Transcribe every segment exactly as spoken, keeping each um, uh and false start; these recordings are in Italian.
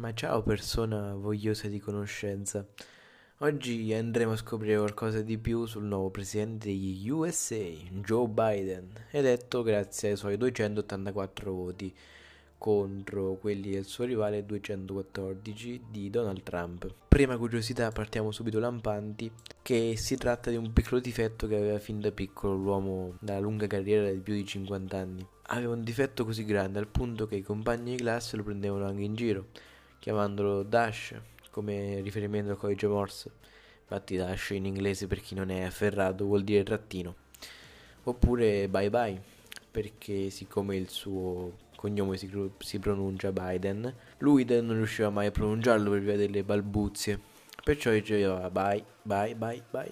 Ma ciao persona vogliosa di conoscenza. Oggi andremo a scoprire qualcosa di più sul nuovo presidente degli U S A, Joe Biden, eletto grazie ai suoi duecentottantaquattro voti contro quelli del suo rivale duecentoquattordici di Donald Trump. Prima curiosità, partiamo subito lampanti, che si tratta di un piccolo difetto che aveva fin da piccolo l'uomo dalla lunga carriera di più di cinquanta anni. Aveva un difetto così grande al punto che i compagni di classe lo prendevano anche in giro chiamandolo Dash come riferimento al codice Morse. Infatti Dash in inglese, per chi non è afferrato, vuol dire trattino. Oppure Bye Bye, perché siccome il suo cognome si, si pronuncia Biden, lui non riusciva mai a pronunciarlo per via delle balbuzie. Perciò diceva bye, bye, bye, bye.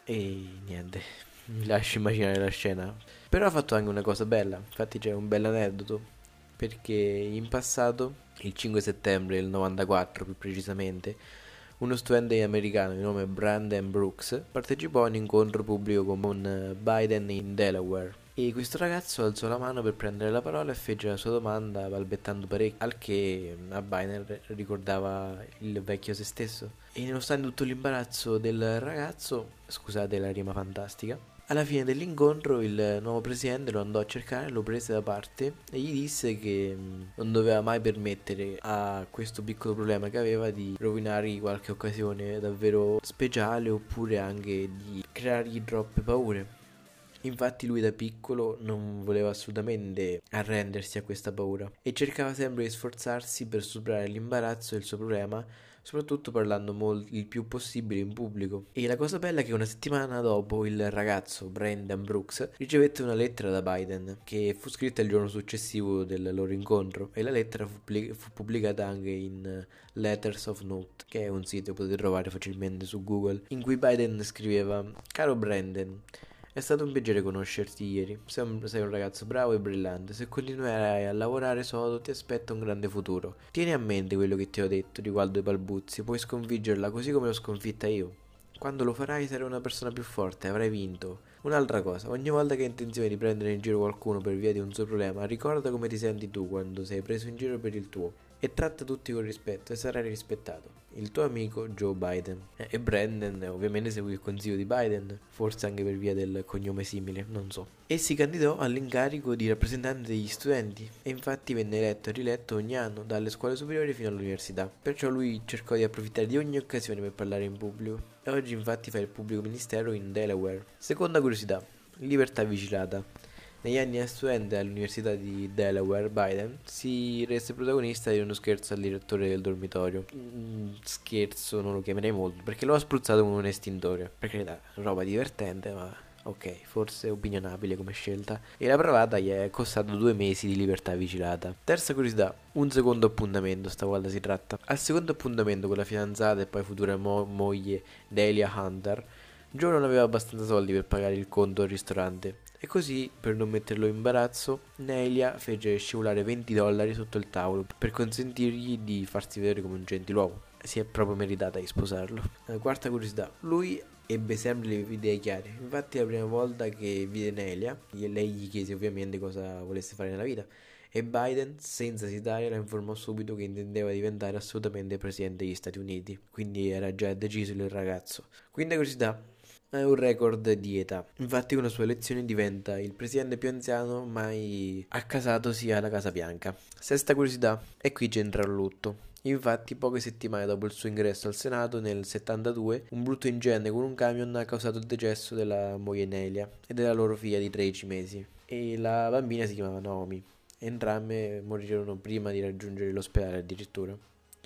E niente, mi lascio immaginare la scena. Però ha fatto anche una cosa bella, infatti c'è un bel aneddoto perché in passato, il cinque settembre del novantaquattro più precisamente, uno studente americano di nome Brandon Brooks partecipò a un incontro pubblico con Biden in Delaware. E questo ragazzo alzò la mano per prendere la parola e fece la sua domanda balbettando parecchio, al che a Biden ricordava il vecchio se stesso. E nonostante tutto l'imbarazzo del ragazzo, scusate la rima fantastica, alla fine dell'incontro il nuovo presidente lo andò a cercare, lo prese da parte e gli disse che mh, non doveva mai permettere a questo piccolo problema che aveva di rovinargli qualche occasione davvero speciale oppure anche di creargli troppe paure. Infatti lui da piccolo non voleva assolutamente arrendersi a questa paura e cercava sempre di sforzarsi per superare l'imbarazzo del suo problema, soprattutto parlando mol- il più possibile in pubblico. E la cosa bella è che una settimana dopo il ragazzo Brandon Brooks ricevette una lettera da Biden che fu scritta il giorno successivo del loro incontro e la lettera fu, pli- fu pubblicata anche in Letters of Note, che è un sito che potete trovare facilmente su Google, in cui Biden scriveva: Caro Brandon, è stato un piacere conoscerti ieri. Sei un, sei un ragazzo bravo e brillante. Se continuerai a lavorare sodo, ti aspetta un grande futuro. Tieni a mente quello che ti ho detto riguardo ai balbuzi. Puoi sconfiggerla così come l'ho sconfitta io. Quando lo farai sarai una persona più forte, avrai vinto. Un'altra cosa, ogni volta che hai intenzione di prendere in giro qualcuno per via di un suo problema, ricorda come ti senti tu quando sei preso in giro per il tuo. E tratta tutti con rispetto e sarai rispettato. Il tuo amico Joe Biden. Eh, E Brandon eh, ovviamente seguì il consiglio di Biden, forse anche per via del cognome simile, non so. E si candidò all'incarico di rappresentante degli studenti e infatti venne eletto e riletto ogni anno, dalle scuole superiori fino all'università. Perciò lui cercò di approfittare di ogni occasione per parlare in pubblico. E oggi infatti fa il pubblico ministero in Delaware. Seconda curiosità, libertà vigilata. Negli anni da studente all'Università di Delaware, Biden si rese protagonista di uno scherzo al direttore del dormitorio. Mm, scherzo non lo chiamerei molto perché lo ha spruzzato con un estintore. Per carità, roba divertente, ma ok, forse opinionabile come scelta. E la bravata gli è costato due mesi di libertà vigilata. Terza curiosità, un secondo appuntamento, stavolta si tratta. Al secondo appuntamento con la fidanzata e poi futura mo- moglie Delia Hunter, Joe non aveva abbastanza soldi per pagare il conto al ristorante e così, per non metterlo in imbarazzo, Nelia fece scivolare venti dollari sotto il tavolo per consentirgli di farsi vedere come un gentiluomo. Si è proprio meritata di sposarlo. Eh, quarta curiosità, lui ebbe sempre le idee chiare. Infatti la prima volta che vide Nelia, lei gli chiese ovviamente cosa volesse fare nella vita e Biden, senza esitare, la informò subito che intendeva diventare assolutamente presidente degli Stati Uniti. Quindi era già deciso il ragazzo. Quinta curiosità, è un record di età. Infatti, con la sua elezione diventa il presidente più anziano mai accasatosi alla Casa Bianca. Sesta curiosità, e qui c'entra il lutto. Infatti, poche settimane dopo il suo ingresso al Senato nel settantadue, un brutto incendio con un camion ha causato il decesso della moglie Nelia e della loro figlia di tredici mesi. E la bambina si chiamava Naomi. Entrambe morirono prima di raggiungere l'ospedale addirittura.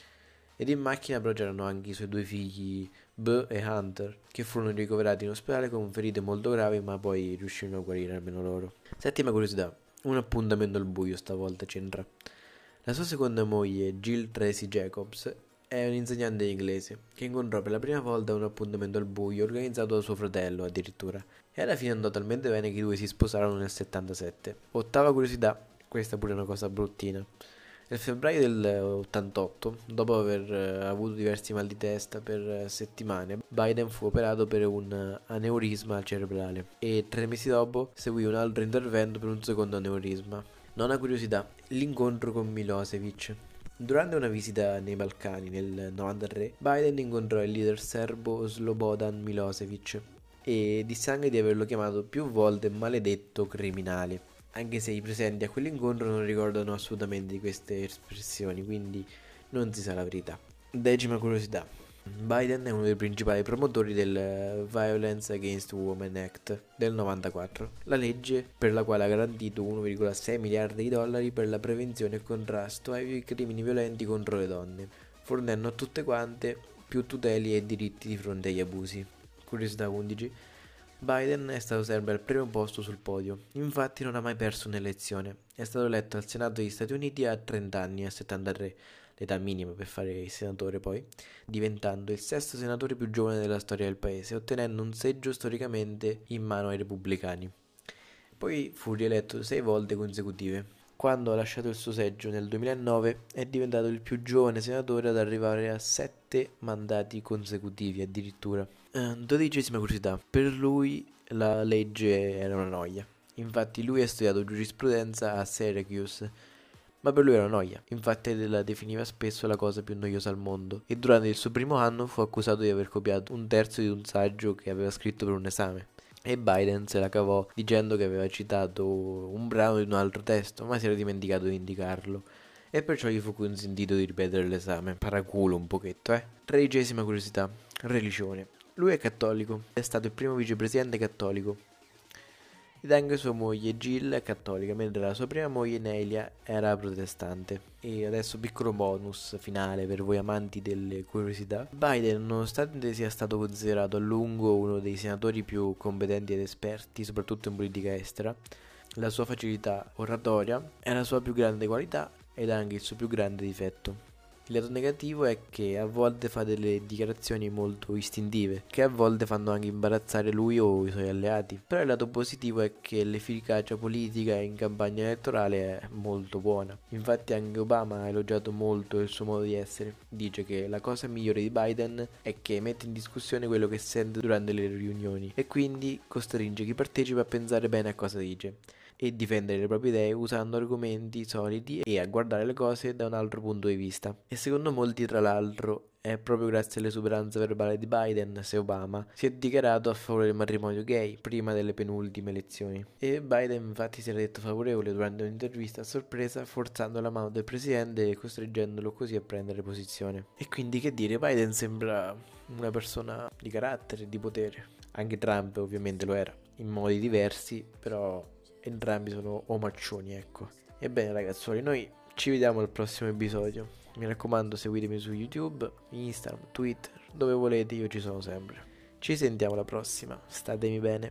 Ed in macchina però c'erano anche i suoi due figli B e Hunter, che furono ricoverati in ospedale con ferite molto gravi, ma poi riuscirono a guarire almeno loro. Settima curiosità, un appuntamento al buio stavolta c'entra. La sua seconda moglie, Jill Tracy Jacobs, è un'insegnante di inglese che incontrò per la prima volta un appuntamento al buio organizzato da suo fratello addirittura. E alla fine andò talmente bene che i due si sposarono nel settantasette. Ottava curiosità, questa pure è una cosa bruttina. Nel febbraio del ottantotto, dopo aver eh, avuto diversi mal di testa per eh, settimane, Biden fu operato per un eh, aneurisma cerebrale e tre mesi dopo seguì un altro intervento per un secondo aneurisma. Nona curiosità, l'incontro con Milosevic. Durante una visita nei Balcani nel novantatré, Biden incontrò il leader serbo Slobodan Milosevic e disse anche di averlo chiamato più volte maledetto criminale, anche se i presenti a quell'incontro non ricordano assolutamente di queste espressioni, quindi non si sa la verità. Decima curiosità. Biden è uno dei principali promotori del Violence Against Women Act del novantaquattro, la legge per la quale ha garantito uno virgola sei miliardi di dollari per la prevenzione e contrasto ai crimini violenti contro le donne, fornendo a tutte quante più tutele e diritti di fronte agli abusi. Curiosità undici. Biden è stato sempre al primo posto sul podio, infatti non ha mai perso un'elezione. È stato eletto al Senato degli Stati Uniti a trenta anni, a settantatré, l'età minima per fare il senatore poi, diventando il sesto senatore più giovane della storia del paese, ottenendo un seggio storicamente in mano ai repubblicani. Poi fu rieletto sei volte consecutive. Quando ha lasciato il suo seggio nel duemilanove è diventato il più giovane senatore ad arrivare a sette mandati consecutivi addirittura. Eh, dodicesima curiosità. Per lui la legge era una noia. Infatti lui ha studiato giurisprudenza a Syracuse, ma per lui era una noia. Infatti la definiva spesso la cosa più noiosa al mondo. E durante il suo primo anno fu accusato di aver copiato un terzo di un saggio che aveva scritto per un esame. E Biden se la cavò dicendo che aveva citato un brano di un altro testo, ma si era dimenticato di indicarlo. E perciò gli fu consentito di ripetere l'esame. Paraculo un pochetto, eh. Tredicesima curiosità. Religione. Lui è cattolico. È stato il primo vicepresidente cattolico. Ed anche sua moglie Jill è cattolica, mentre la sua prima moglie Nelia era protestante. E adesso piccolo bonus finale per voi amanti delle curiosità. Biden, nonostante sia stato considerato a lungo uno dei senatori più competenti ed esperti, soprattutto in politica estera, la sua facilità oratoria è la sua più grande qualità ed anche il suo più grande difetto. Il lato negativo è che a volte fa delle dichiarazioni molto istintive, che a volte fanno anche imbarazzare lui o i suoi alleati. Però il lato positivo è che l'efficacia politica in campagna elettorale è molto buona. Infatti anche Obama ha elogiato molto il suo modo di essere. Dice che la cosa migliore di Biden è che mette in discussione quello che sente durante le riunioni e quindi costringe chi partecipa a pensare bene a cosa dice e difendere le proprie idee usando argomenti solidi e a guardare le cose da un altro punto di vista. E secondo molti, tra l'altro, è proprio grazie all'esuberanza verbale di Biden se Obama si è dichiarato a favore del matrimonio gay prima delle penultime elezioni. E Biden infatti si era detto favorevole durante un'intervista a sorpresa, forzando la mano del presidente e costringendolo così a prendere posizione. E quindi che dire, Biden sembra una persona di carattere, di potere. Anche Trump ovviamente lo era, in modi diversi, però entrambi sono omaccioni, ecco. Ebbene ragazzuoli, noi ci vediamo al prossimo episodio. Mi raccomando, seguitemi su YouTube, Instagram, Twitter, dove volete, io ci sono sempre. Ci sentiamo alla prossima, statemi bene.